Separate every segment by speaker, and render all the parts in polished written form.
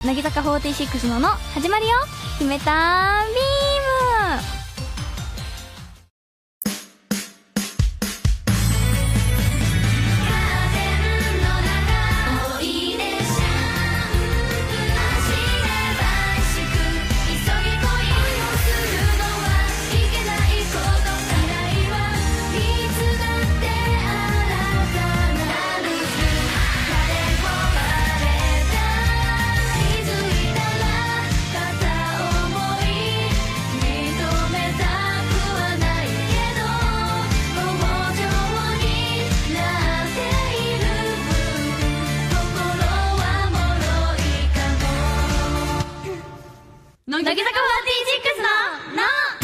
Speaker 1: 乃木坂46の始まりよ、姫たビーム。乃木坂46の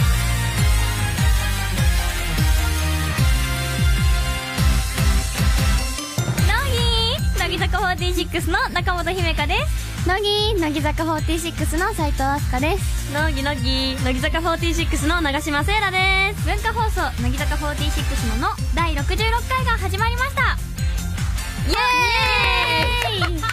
Speaker 1: 乃木坂46の中本姫香です。
Speaker 2: 乃木坂46の斉藤飛鳥です。
Speaker 3: 乃木坂46の長島聖羅です。
Speaker 1: 文化放送乃木坂46の第66回が始まりました。イエーイ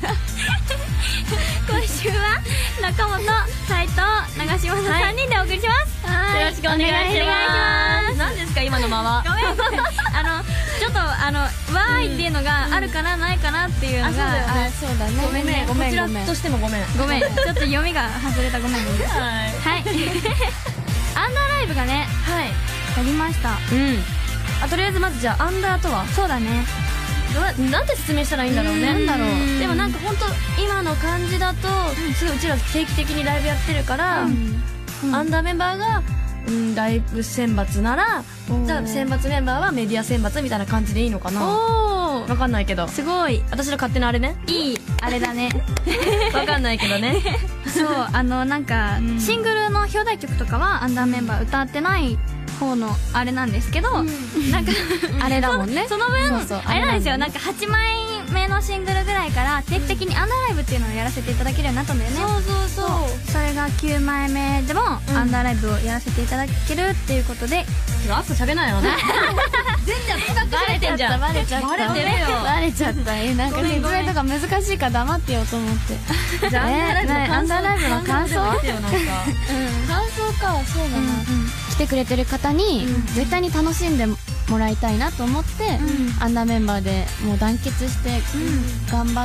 Speaker 1: 今週は中本、斉藤、長島の3人でお送りします。
Speaker 3: よろしくお願いします。何ですか今の間は。
Speaker 1: ごめんちょっとわーいっていうのがあるかな、ないかなっていうのが、
Speaker 2: そうだね。
Speaker 3: ごめんね、こちらとしてもごめん。
Speaker 1: ちょっと読みが外れた、ごめん。はいアンダーライブがね、やりました。
Speaker 3: とりあえずまずじゃあアンダーとは。
Speaker 1: そうだね、
Speaker 3: なんて説明したらいいんだろうね。
Speaker 1: なんだろう。
Speaker 3: でもなんか本当今の感じだとすごいうちら定期的にライブやってるから、アンダーメンバーがライブ選抜なら、じゃあ選抜メンバーはメディア選抜みたいな感じでいいのかな。わかんないけど、
Speaker 1: すごい
Speaker 3: 私の勝手なあれね。
Speaker 1: いいあれだね
Speaker 3: わかんないけどね
Speaker 1: そうなんかシングルの表題曲とかはアンダーメンバー歌ってない方のあれなんですけど、なんか
Speaker 2: あれだもんね。
Speaker 1: その分あれなんですよ、なんか8枚目のシングルぐらいから定期的にアンダーライブっていうのをやらせていただけるようになったんだよね。それが9枚目でもアンダーライブをやらせていただけるっていうことで、
Speaker 3: 朝喋れないよね全然深く喋ってんじゃん。
Speaker 2: バレちゃった
Speaker 3: バレてるよ。
Speaker 2: バレちゃった。なんか説明とか難しいから黙ってようと思って
Speaker 3: じゃあ
Speaker 2: アンダーライブの感想。
Speaker 3: 感想か。
Speaker 2: そうだな。来てくれてる方に絶対に楽しんでもらいたいなと思って、アンダーメンバーでもう団結して頑張って、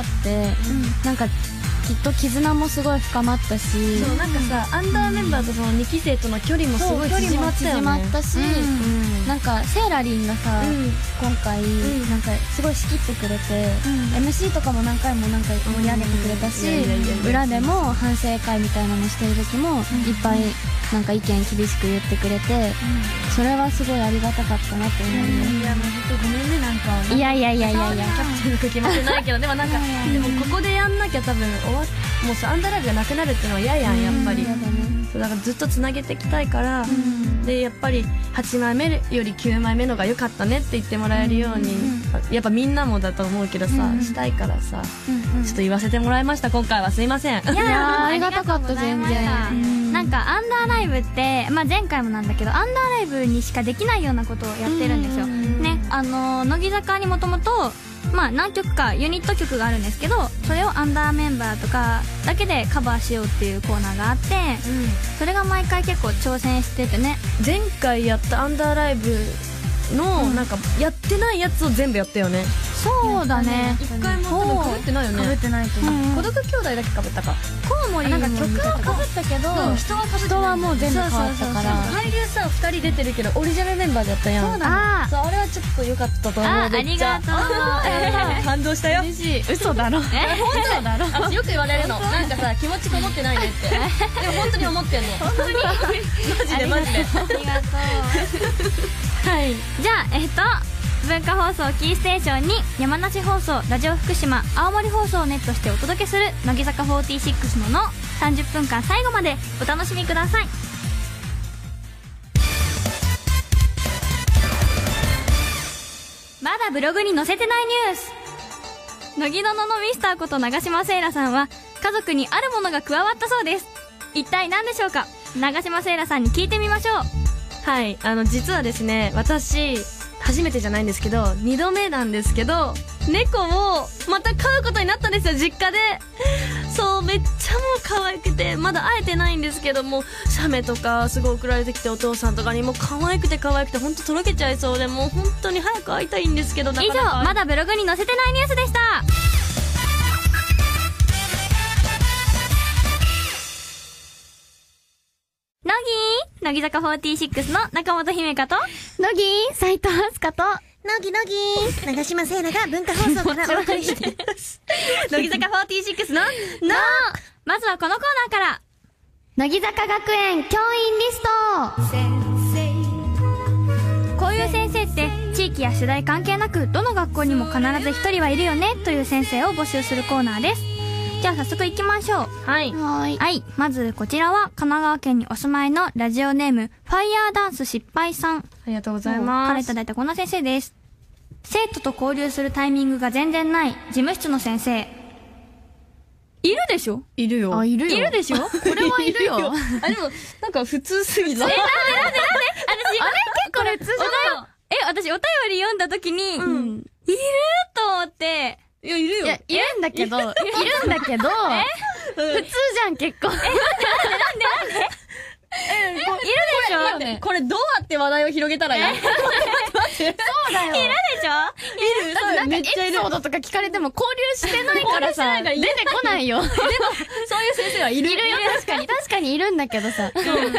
Speaker 2: なんかきっと絆もすごい深まったし、
Speaker 3: そうなんかさ、アンダーメンバーとその2期生との距離もすごい縮まったよね。
Speaker 2: 縮まったし、なんかセーラリンがさ、今回なんかすごい仕切ってくれて、MC とかも何回もなんか盛り上げてくれたし、裏でも反省会みたいなのしてる時もいっぱいなんか意見厳しく言ってくれて、それはすごいありがたかったなって思います。
Speaker 3: いやもう本当ごめんね、なんか
Speaker 2: いや
Speaker 3: キャプテンの決まってないけどでもなんかでもここでやんなきゃ多分もうさ、アンダーライブがなくなるっていうのは嫌やん、やっぱり。そうだからずっとつなげていきたいから、でやっぱり8枚目より9枚目のが良かったねって言ってもらえるように、やっぱみんなもだと思うけどさ、したいからさ、ちょっと言わせてもらいました今回は。すいません。
Speaker 2: いやありがたかった全然。
Speaker 1: なんかアンダーライブって、前回もなんだけどアンダーライブにしかできないようなことをやってるんですよね。乃木坂にもともと何曲かユニット曲があるんですけど、それをアンダーメンバーとかだけでカバーしようっていうコーナーがあって、それが毎回結構挑戦しててね。
Speaker 3: 前回やったアンダーライブのなんかやってないやつを全部やったよね。
Speaker 1: そうだね。
Speaker 3: 一回も多分被ってないよね。
Speaker 2: 被ってないと思う。
Speaker 3: 孤独兄弟だけ被ったか。
Speaker 1: コウモリも
Speaker 3: なんか曲は被ったけど、
Speaker 2: 人はもう全部変わったから。
Speaker 3: 海流さ2人出てるけどオリジナルメンバーだったやん。
Speaker 1: そうだね。
Speaker 3: そう、あれはちょっと良かったと思う。
Speaker 1: ありがとう。
Speaker 3: 感動したよ。
Speaker 2: 嬉しい。嘘だろ。
Speaker 3: 本当だろ。私よく言われるの。なんかさ、気持ちこもってないねって。でも本当に思ってんの。本当に。マジでマジで。
Speaker 1: ありがとう。はい。じゃあ文化放送キーステーションに山梨放送、ラジオ福島、青森放送をネットしてお届けする乃木坂46の30分間最後までお楽しみください。まだブログに載せてないニュース。乃木殿のミスターこと長島聖羅さんは家族にあるものが加わったそうです。一体何でしょうか。長島聖羅さんに聞いてみましょう。
Speaker 3: はい、実はですね、私初めてじゃないんですけど2度目なんですけど、猫をまた飼うことになったんですよ、実家で。そう、めっめっちゃもう可愛くて、まだ会えてないんですけども、写メとかすごい送られてきて、お父さんとかにも可愛くて可愛くて本当とろけちゃいそうで、もう本当に早く会いたいんですけど、なかなか。
Speaker 1: 以上、まだブログに載せてないニュースでした。乃木坂46の中本姫香と、
Speaker 2: 乃木斉藤飛鳥と、
Speaker 4: 乃木長島聖奈が文化放送からお送りしています。
Speaker 1: 乃木坂46のまずはこのコーナーから。
Speaker 2: 乃木坂学園教員リスト。
Speaker 1: こういう先生って地域や世代関係なくどの学校にも必ず一人はいるよねという先生を募集するコーナーです。じゃあ早速行きましょう。
Speaker 3: はい。
Speaker 2: はい。
Speaker 1: まずこちらは神奈川県にお住まいのラジオネームファイヤーダンス失敗さん。
Speaker 3: ありがとうございます。
Speaker 1: からいただいたこんな先生です。生徒と交流するタイミングが全然ない事務室の先生。いるでしょ？
Speaker 3: いるよ。
Speaker 2: あ、いるよ。
Speaker 1: いるでしょ？
Speaker 2: これはいるよ。
Speaker 3: あ、でも、なんか普通すぎた。
Speaker 1: なんで私、
Speaker 2: 結構普通じゃない
Speaker 1: 私お便り読んだ時に、いると思って、
Speaker 3: いや、いるよ。
Speaker 2: いや、いるんだけど、普通じゃん、結構。
Speaker 1: いるでしょ？
Speaker 3: 待って、これどうやって話題を広げたらいい？
Speaker 2: そうだよ。
Speaker 1: いるでしょ？
Speaker 2: いる。だってなんかエピソードとか聞かれても交流してないからさ、出てこないよ。でも、
Speaker 3: そういう先生はいる。
Speaker 2: いるよ、確かにいるんだけどさ。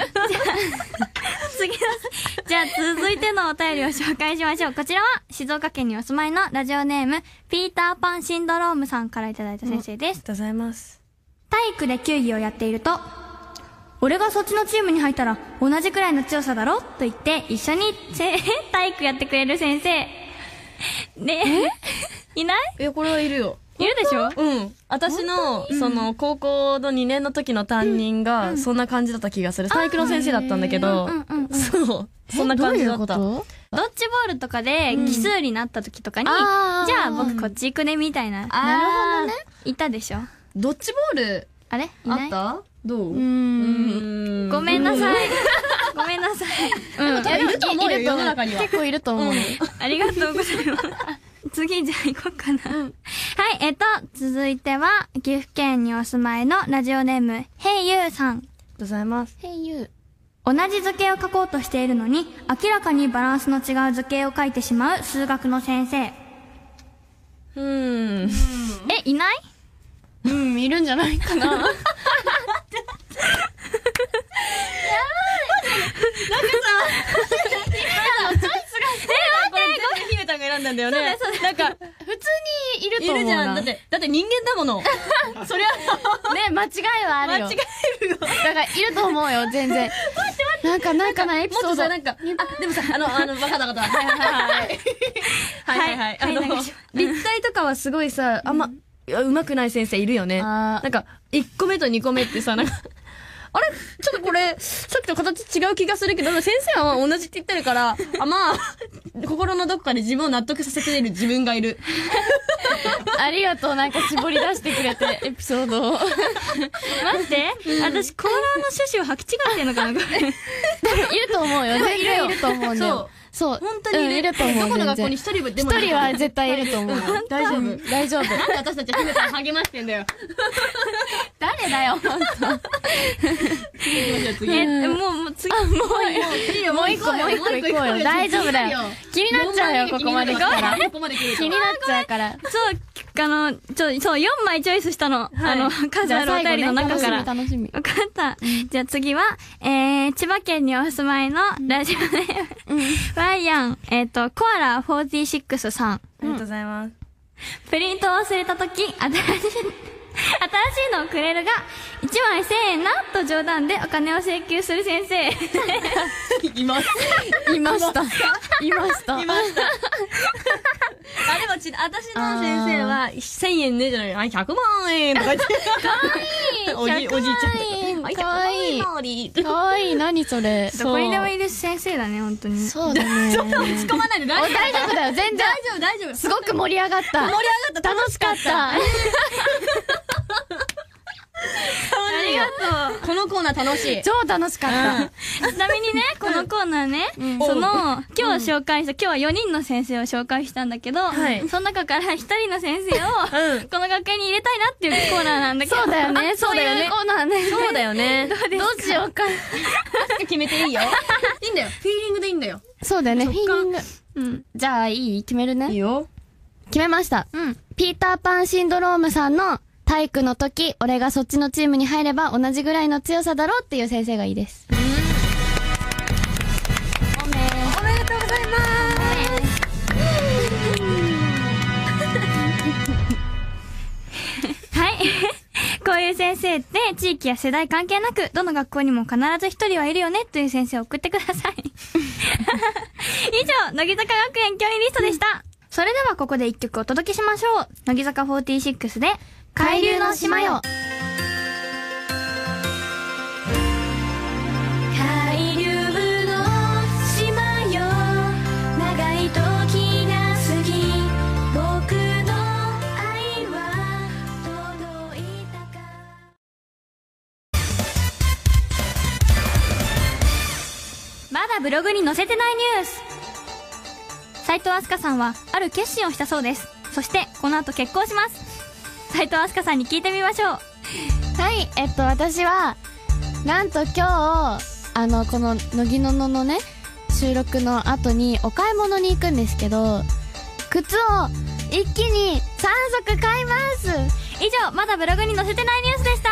Speaker 1: じゃあ続いてのお便りを紹介しましょう。こちらは静岡県にお住まいのラジオネームピーターパンシンドロームさんからいただいた先生です。
Speaker 3: ありがとうございます。
Speaker 1: 体育で球技をやっていると、俺がそっちのチームに入ったら同じくらいの強さだろと言って一緒に体育やってくれる先生。ねいない？
Speaker 3: いや、これはいるよ。
Speaker 1: いるでしょ？
Speaker 3: うん。私の、高校の2年の時の担任が、そんな感じだった気がする。体育の先生だったんだけど、そう。そんな感じだった。
Speaker 1: ドッジボールとかで奇数になった時とかに、じゃあ僕こっち行くねみたいな。
Speaker 2: なるほどね。
Speaker 1: いたでしょ？
Speaker 3: ドッジボール、
Speaker 1: あれいない？
Speaker 3: あったどう？
Speaker 1: ごめんなさい。ごめんなさい。
Speaker 3: いると思うよ、世の中には。
Speaker 2: 結構いると思う。
Speaker 1: ありがとうございます。次じゃあ行こうかな。はい、続いては、岐阜県にお住まいのラジオネーム、ヘイユーさん。
Speaker 3: ありがとうございます。
Speaker 2: へいゆ
Speaker 1: 同じ図形を書こうとしているのに、明らかにバランスの違う図形を書いてしまう数学の先生。いない？
Speaker 2: いるんじゃないかな。
Speaker 3: 姫たんが選んだんだよね。
Speaker 2: なんか、普通にいると思うな。
Speaker 3: いるじゃん。だって人間だもの。そりゃ。
Speaker 2: ね、間違いはあるよ。
Speaker 3: 間違えるよ。
Speaker 2: だから、いると思うよ、全然。なんかエピソード。
Speaker 3: もっとさ、なんか、でもさ、わかった。はい。立体とかはすごいさ、あんま、上手くない先生いるよね。なんか、1個目と2個目ってさ、なんか、あれちょっとこれ、さっきと形違う気がするけど、先生は同じって言ってるから、まあ、心のどこかで自分を納得させている自分がいる。
Speaker 2: ありがとう、なんか絞り出してくれて、エピソードを。
Speaker 1: 待って、私、コーナーの趣旨を履き違ってんのかなこれ。
Speaker 2: いると思うよ。全然いると思うんだよ。そう。
Speaker 3: 本当にいる
Speaker 2: と思う。
Speaker 3: どこの学校に一人でも
Speaker 2: 一人は絶対いると思う。
Speaker 3: 大丈夫。
Speaker 2: 大丈夫。
Speaker 3: なんで私たちは姫さん励ましてんだよ。
Speaker 2: 誰だよ、ほんと。
Speaker 3: 次行きましょう、次。
Speaker 1: もう次。
Speaker 2: もう一個行こうよ。大丈夫だよ。気になっちゃうよ、ここまで来たら。
Speaker 3: ここまで来ると。
Speaker 2: 気になっちゃうから。
Speaker 1: そう、4枚チョイスしたの。数あるお便りの中から。
Speaker 2: 楽しみ。
Speaker 1: わかった。じゃあ次は、千葉県にお住まいのラジオネーム、ワイヤン、コアラ46さん。
Speaker 3: ありがとうございます。
Speaker 1: プリントを忘れたとき、新しいのをくれるが、1枚1000円な、と冗談でお金を請求する先生。
Speaker 3: いました。
Speaker 2: いました。
Speaker 3: でも私の先生は、1000円ね、じゃない、100万円とか言って。かわいい。おじいちゃん。
Speaker 2: かわいい。かわいい、何それ。
Speaker 1: どこにでもいる先生だね、本当に。
Speaker 2: そうだね。
Speaker 3: ちょっと落ち込まないで大丈夫。
Speaker 2: 大丈夫だよ、全然。
Speaker 3: 大丈夫。
Speaker 2: すごく盛り上がった。
Speaker 3: 楽しかった。
Speaker 2: ありがと
Speaker 3: このコーナー楽しい。
Speaker 2: 超楽しかった。
Speaker 1: ちなみにね、このコーナーね、今日紹介した、今日は4人の先生を紹介したんだけど、その中から1人の先生を、この学園に入れたいなっていうコーナーなんだけど。
Speaker 2: そうだよね、そういうコーナーね。
Speaker 3: そうだよね。
Speaker 1: どうですか？
Speaker 2: どうしようか。
Speaker 3: 決めていいよ。いいんだよ。フィーリングでいいんだよ。
Speaker 2: そうだよね、フィーリング。じゃあいい？決めるね。
Speaker 3: いいよ。
Speaker 2: 決めました。ピーターパンシンドロームさんの体育の時、俺がそっちのチームに入れば同じぐらいの強さだろうっていう先生がいいです。おめでとうございます。
Speaker 1: はい。こういう先生って地域や世代関係なく、どの学校にも必ず一人はいるよねという先生を送ってください。以上、乃木坂学園教員リストでした。それではここで一曲お届けしましょう。乃木坂46で、海流の島よ。
Speaker 5: 海流の島よ、長い時が過ぎ、僕の愛は届いたか。
Speaker 1: まだブログに載せてないニュース。斉藤飛鳥さんはある決心をしたそうです。そしてこの後結婚します。斉藤飛鳥さんに聞いてみましょう。
Speaker 2: はい、私は、なんと今日、この乃木のののね、収録の後にお買い物に行くんですけど、靴を一気に3足買います。
Speaker 1: 以上、まだブログに載せてないニュースでした。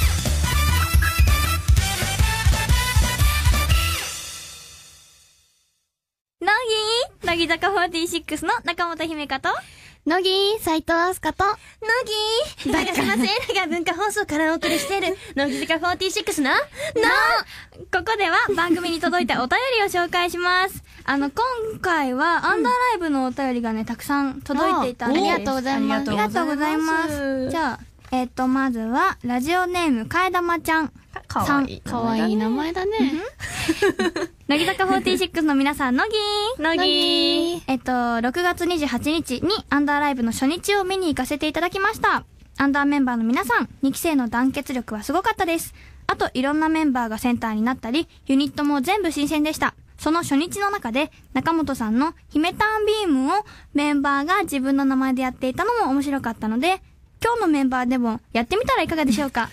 Speaker 1: 乃木坂46の中本姫香と、
Speaker 2: 乃木斉藤飛鳥と、
Speaker 4: 乃木長島聖羅が文化放送からお送りしている乃木坂46の
Speaker 1: ここでは番組に届いたお便りを紹介します。今回はアンダーライブのお便りがね、たくさん届いていたんです。
Speaker 2: ありがとうございます。
Speaker 1: ありがとうございます。じゃあ、まずは、ラジオネーム、替え玉ちゃん。
Speaker 3: かわいい。
Speaker 2: かわいい名前だね。
Speaker 1: 乃木坂46の皆さん、乃木
Speaker 3: 乃木
Speaker 1: 6月28日にアンダーライブの初日を見に行かせていただきました。アンダーメンバーの皆さん、2期生の団結力はすごかったです。あと、いろんなメンバーがセンターになったり、ユニットも全部新鮮でした。その初日の中で、中本さんの姫ターンビームをメンバーが自分の名前でやっていたのも面白かったので、今日のメンバーでもやってみたらいかがでしょうか。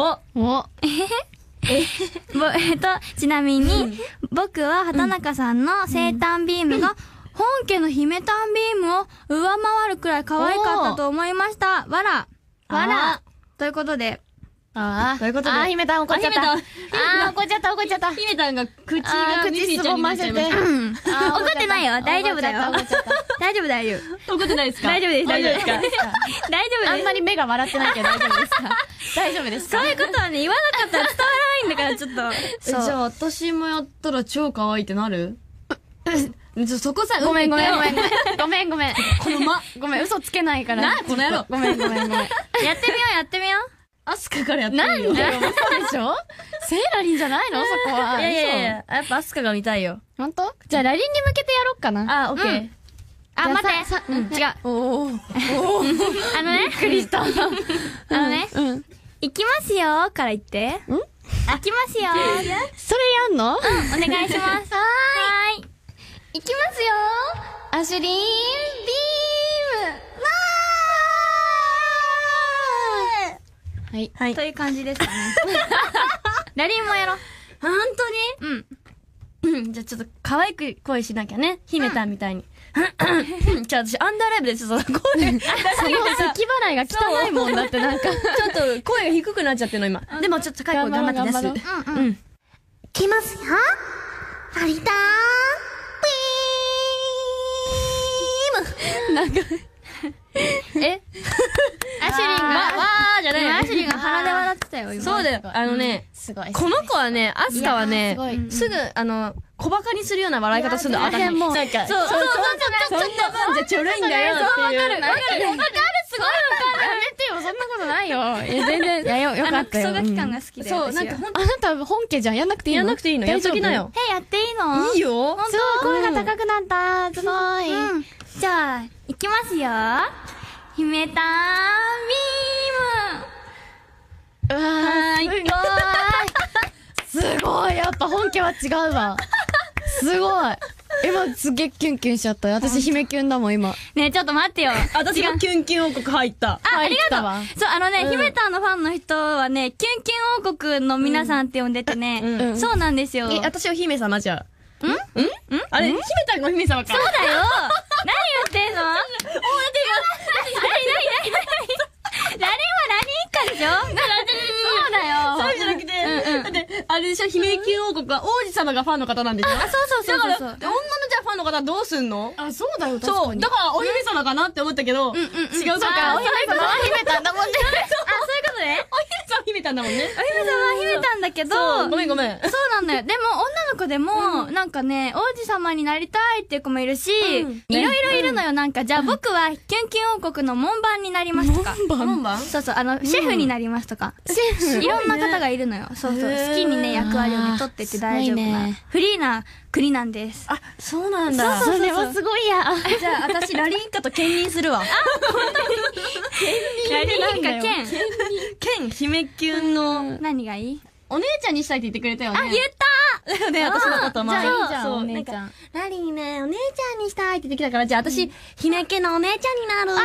Speaker 1: ちなみに、僕は畑中さんの生誕ビームが本家の姫ターンビームを上回るくらい可愛かったと思いました。わら。ということで。
Speaker 3: ということで。
Speaker 2: 姫たん怒っちゃった。怒っちゃった。
Speaker 3: 姫たんが口すぼませて。
Speaker 1: 怒ってないよ。大丈夫だよ。大丈夫。
Speaker 3: 怒ってないですか？
Speaker 1: 大丈夫です。大丈夫です。
Speaker 2: あんまり目が笑ってないけど大丈夫ですか？大丈夫ですか？
Speaker 1: そういうことはね、言わなかったら伝わらないんだから、ちょっと。
Speaker 3: じゃあ、私もやったら超可愛いってなる？そこさ、
Speaker 2: ごめん。この
Speaker 3: ごめん、
Speaker 2: 嘘つけないから。
Speaker 3: この野郎。
Speaker 2: ごめん。
Speaker 1: やってみよう。
Speaker 3: アスカからやってみよう。
Speaker 2: 嘘でしょ？セーラリンじゃないのそこは。
Speaker 3: いや、やっぱアスカが見たいよ。
Speaker 2: ほんと？じゃあ、ラリンに向けてやろっかな。
Speaker 3: オッケー。
Speaker 1: 待って。違う。
Speaker 2: びっくりした。
Speaker 1: 行きますよから言って。行きますよ。
Speaker 2: それやんの？
Speaker 1: お願いします。はーい。
Speaker 2: 行きますよ。アシュリーンビーム。
Speaker 1: はい。という感じですかね。ラリンもやろう。
Speaker 3: 本当に？じゃあちょっと可愛く声しなきゃね。姫たんみたいに。じゃあ私アンダーライブでちょっと声、
Speaker 2: その咳払いが汚いもんだってなんか。
Speaker 3: ちょっと声が低くなっちゃってるの今。でもちょっと高い声頑張って出す。
Speaker 4: 来ますよ。ハリターンビーム。
Speaker 2: なんか、
Speaker 1: アシュリンが、
Speaker 3: じゃないよ。
Speaker 1: アシュリンが鼻で笑ってたよ、今。
Speaker 3: そうだよ。
Speaker 2: すごい。
Speaker 3: この子はね、アスカはね、すぐ、小馬鹿にするような笑い方するの。
Speaker 2: なんか、
Speaker 3: そう、そんなもんじゃちょろいんだよっていう。
Speaker 2: わかる、すごいわかる。やめてよ、そんなことないよ。全然、よかったよ。
Speaker 1: クソガキ感が好きだよ。
Speaker 3: そう、なんか
Speaker 2: あなた本家じゃん、やんなくていいの？
Speaker 3: やんなくていいの？やっときなよ。
Speaker 1: やっていいの？
Speaker 3: いいよ。
Speaker 2: すごい、声が高くなった。すごい。
Speaker 1: じゃあ、いきますよ。姫ターンビーム。
Speaker 2: うわー、すごい。 ごい、やっぱ本家は違うわ。すごい。今すげえキュンキュンしちゃった。私姫キュンだもん今。
Speaker 1: ねえ、ちょっと待ってよ。
Speaker 3: 私がキュンキュン王国入った。
Speaker 1: ありがとう。
Speaker 2: わ。
Speaker 1: そう、姫たんのファンの人はね、キュンキュン王国の皆さんって呼んでてね、そうなんですよ。
Speaker 3: 私は姫様じゃ。あれ、姫たんが姫様か。
Speaker 1: そうだよ。何言ってんの？誰もラリー一家でしょ？そうだよ。
Speaker 3: そうじゃなくて、だって、あれでしょ、姫キュン王国は王子様がファンの方なんでしょ？
Speaker 1: そうそう。
Speaker 3: だから、女のじゃあファンの方はどうすんの？
Speaker 2: あ、そうだよ、確
Speaker 3: そう、
Speaker 2: かに。
Speaker 3: だからお姫様かなって思ったけど、違う、そうか、お姫様は姫たんだもんね。
Speaker 1: そういうことね。
Speaker 3: お姫様は姫たんだもんね。
Speaker 1: お姫様は姫たんだけど、
Speaker 3: そう、ごめんごめん。
Speaker 1: そうなんだよ。でも、女の子でも、なんかね、王子様になりたいっていう子もいるし、いろいろいるのよ。なんか、じゃあ僕は、キュンキュン王国の門番になりますとか。
Speaker 3: 門番？
Speaker 1: そうそう、シェフになりますとか。いろんな方がいるのよ。そうそう。好きにね、役割をね、取ってって大丈夫な。フリーな国なんです。
Speaker 3: あ、そうなんだ。
Speaker 1: そう
Speaker 2: それはすごいや。
Speaker 3: じゃあ、私、ラリンカと兼任するわ。
Speaker 1: ラリンカ兼。
Speaker 3: 兼、姫キュンの、
Speaker 1: 何がいい？
Speaker 3: お姉ちゃんにしたいって言ってくれたよね。
Speaker 1: あ、言った
Speaker 3: だよね、私のこと前。
Speaker 2: じゃあいいじゃん、
Speaker 3: そう
Speaker 2: お姉ちゃん。
Speaker 3: ラリーね、お姉ちゃんにしたいって言ってきたから、じゃあ私、姫家のお姉ちゃんになる。
Speaker 1: あ、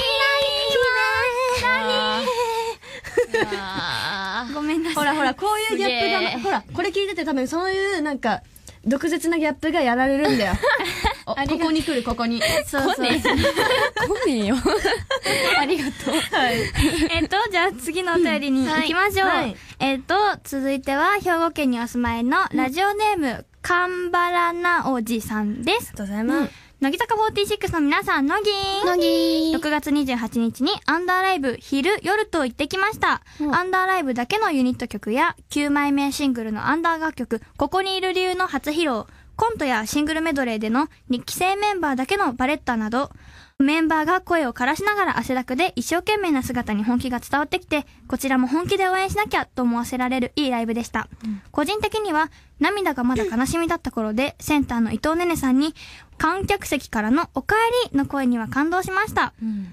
Speaker 1: ごめんなさい。
Speaker 3: ほら、こういうギャップが、ほら、これ聞いてて多分そういう、なんか、毒舌なギャップがやられるんだよ。ここに来る、ここに。
Speaker 1: そうそう。
Speaker 2: 来ねえよ。ありがとう。
Speaker 3: はい。
Speaker 1: じゃあ次のお便りに行きましょう。
Speaker 3: はい
Speaker 1: 続いては兵庫県にお住まいのラジオネーム、かんばらなおじさんです。
Speaker 3: ありがとうございます。
Speaker 1: 乃木坂46の皆さん、乃木
Speaker 2: 乃木
Speaker 1: 6月28日にアンダーライブ昼夜と行ってきました。アンダーライブだけのユニット曲や9枚目シングルのアンダー楽曲、ここにいる理由の初披露、コントやシングルメドレーでの2期生メンバーだけのバレッタなど、メンバーが声を枯らしながら汗だくで一生懸命な姿に本気が伝わってきて、こちらも本気で応援しなきゃと思わせられるいいライブでした。個人的には涙がまだ悲しみだった頃で、センターの伊藤ねねさんに観客席からのお帰りの声には感動しました。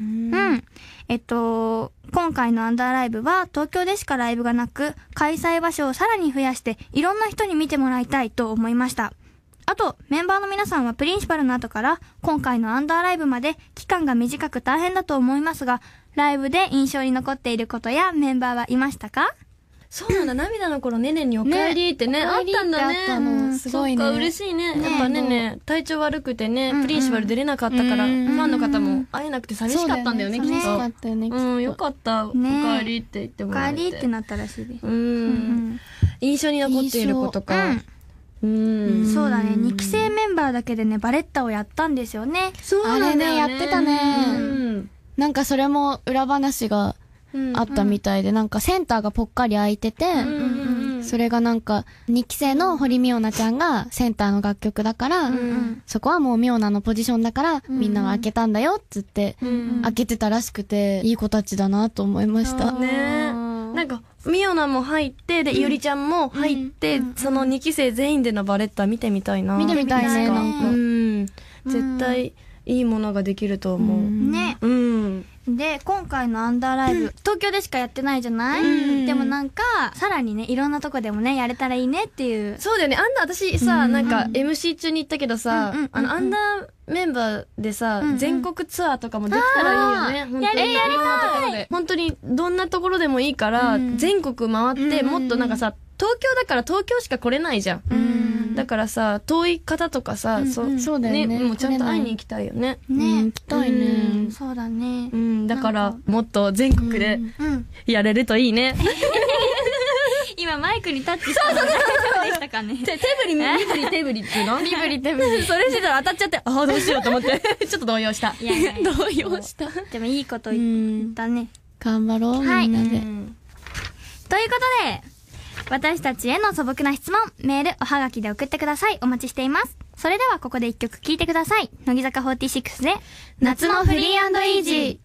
Speaker 1: 今回のアンダーライブは東京でしかライブがなく、開催場所をさらに増やしていろんな人に見てもらいたいと思いました。あと、メンバーの皆さんはプリンシパルの後から今回のアンダーライブまで期間が短く大変だと思いますが、ライブで印象に残っていることやメンバーはいましたか？
Speaker 3: そうなんだ、涙の頃ねねにお帰りってね、あったんだね。
Speaker 2: すごいね。
Speaker 3: そっか、嬉しいね。やっぱねね、体調悪くてね、プリンシパル出れなかったから、ファンの方も会えなくて寂しかったんだよね、きっと。
Speaker 2: 寂しかったよね、きっと。
Speaker 3: よかった。お帰りって言ってもらえて。
Speaker 1: お帰りってなったらしいです。
Speaker 3: 印象に残っていることか。
Speaker 1: そうだね。2期生メンバーだけでね、バレッタをやったんですよね。
Speaker 3: そうなんだよね。
Speaker 2: あれね、やってたね。なんかそれも裏話があったみたいで、なんかセンターがぽっかり空いてて、それがなんか2期生の堀美央奈ちゃんがセンターの楽曲だから、そこはもう美央奈のポジションだから、みんなは開けたんだよっつって、開けてたらしくて、いい子たちだなと思いました。
Speaker 3: ね。なんか、ミオナも入って、で、いおりちゃんも入って、その2期生全員でのバレッタ見てみたいな。
Speaker 2: 見てみたいね、なんか。
Speaker 3: 絶対いいものができると思う。
Speaker 1: ね。で、今回のアンダーライブ、東京でしかやってないじゃない？でもなんか、さらにね、いろんなとこでもね、やれたらいいねっていう。
Speaker 3: そうだよね。私さ、なんか MC 中に言ったけどさ、アンダーメンバーでさ、全国ツアーとかもできたらいいよね。本当にいろんなところで。本当にどんなところでもいいから、全国回って、もっとなんかさ、東京だから東京しか来れないじゃん。だからさ、遠い方とかさ、
Speaker 2: そうだよね。
Speaker 3: もうちゃんと会いに行きたいよね。
Speaker 1: ね。
Speaker 2: 行きたいね。
Speaker 1: そうだね。
Speaker 3: だから、もっと全国でやれるといいね。
Speaker 1: 今マイクにタッチしたの大丈夫でしたかね？
Speaker 3: 手振り、身振り、手振りっていうの？
Speaker 2: 身振り手振り。
Speaker 3: それしてたら当たっちゃって、ああ、どうしようと思って、ちょっと動揺した。
Speaker 1: いやいや
Speaker 2: 動揺した。
Speaker 1: でもいいこと言ったね。
Speaker 2: 頑張ろう、みんなで。
Speaker 1: ということで、私たちへの素朴な質問、メール、おはがきで送ってください。お待ちしています。それではここで一曲聴いてください。乃木坂46で、夏のフリー&イージー。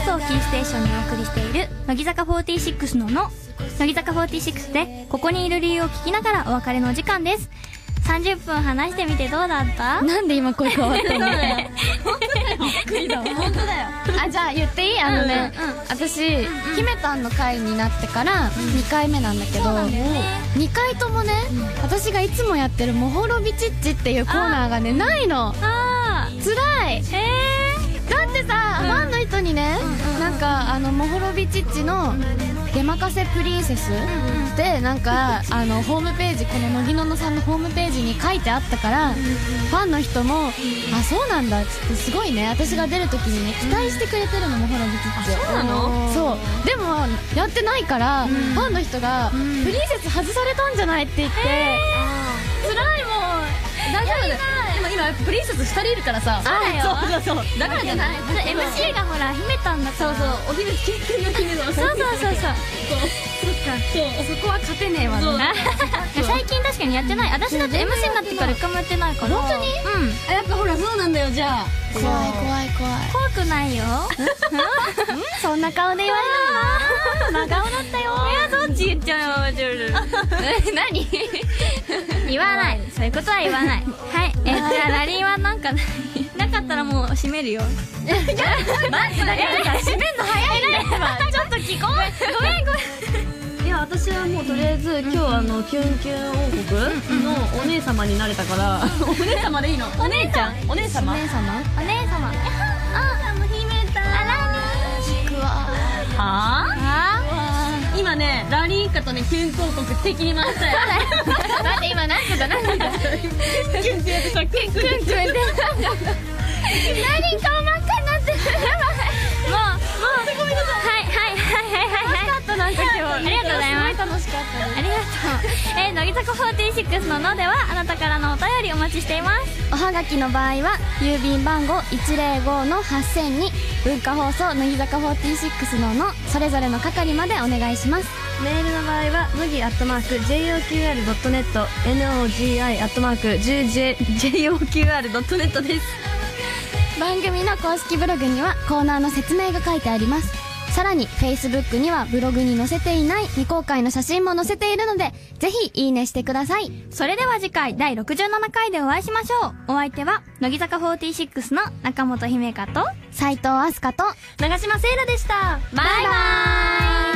Speaker 1: 送をキーステーションにお送りしている乃木坂46の乃木坂46でここにいる理由を聞きながらお別れのお時間です。30分話してみてどうだった？
Speaker 2: なんで今声変わったの？
Speaker 3: 本当だよ。
Speaker 2: あ、じゃあ言っていい？私、姫たんの回になってから2回目なんだけど、2回ともね、私がいつもやってるモホロビチッチっていうコーナーがね、ないの。つらい。だってさ、ファンの人にね、なんかモホロビチッチの出任せプリンセスでなんかホームページ、この乃木ののさんのホームページに書いてあったから、ファンの人もあ、そうなんだっつって、すごいね、私が出る時にね期待してくれてるの、モホロビチッチを。
Speaker 3: そうなの？
Speaker 2: そう。でもやってないから、ファンの人がプリンセス外されたんじゃないって言って、辛いもん。
Speaker 3: 大丈夫だよ。でも今プリンセス2人いるからさ。そうだからじゃない？
Speaker 1: MC がほら姫たんだから。
Speaker 3: そう、お姫キンキンの姫の。
Speaker 1: そう
Speaker 3: そこは勝てねえわね。
Speaker 1: 最近確かにやってない。私だって MC になってから一回もやってないから。
Speaker 2: 本当に？
Speaker 3: やっぱほらそうなんだよ。じゃあ
Speaker 2: 怖い
Speaker 1: 怖くないよ。
Speaker 2: そんな顔で言われるの？真顔だったよ。
Speaker 1: いや、どっち言っちゃうよ。
Speaker 2: 何？
Speaker 1: 言わない。そういうことは言わない。はい。じゃあラリンはなんかなかったらもう閉めるよ。
Speaker 3: マジだけどさ、閉めんの早いね。
Speaker 1: ちょっと聞こう。ごめん。
Speaker 3: いや、私はもうとりあえず今日キュンキュン王国のお姉様になれたから。お姉様でいいの？お姉ちゃん？お姉様？
Speaker 1: お姉様。
Speaker 3: 姫たん。はぁ？今ね、ラリンカとね、キュンキュン王国敵に回したよ。
Speaker 2: 待って、今何個だ？
Speaker 3: キュンキュンってさ、キュンキュンって。
Speaker 2: 何顔真っ赤になってる。
Speaker 1: はいなんか今日ありがとうございます。
Speaker 2: 楽しかったです。
Speaker 1: ありがとう。乃木坂46のではあなたからのお便りお待ちしています。
Speaker 2: おはがきの場合は郵便番号 105-8000 に文化放送乃木坂46のそれぞれの係までお願いします。
Speaker 3: メールの場合は乃木@joqr.net nogi@10joqr.net です。
Speaker 2: 番組の公式ブログにはコーナーの説明が書いてあります。さらに Facebook にはブログに載せていない未公開の写真も載せているので、ぜひいいねしてください。
Speaker 1: それでは次回第67回でお会いしましょう。お相手は乃木坂46の中本姫香と
Speaker 2: 斉藤飛鳥と
Speaker 3: 長島せいらでした。
Speaker 1: バイバーイ。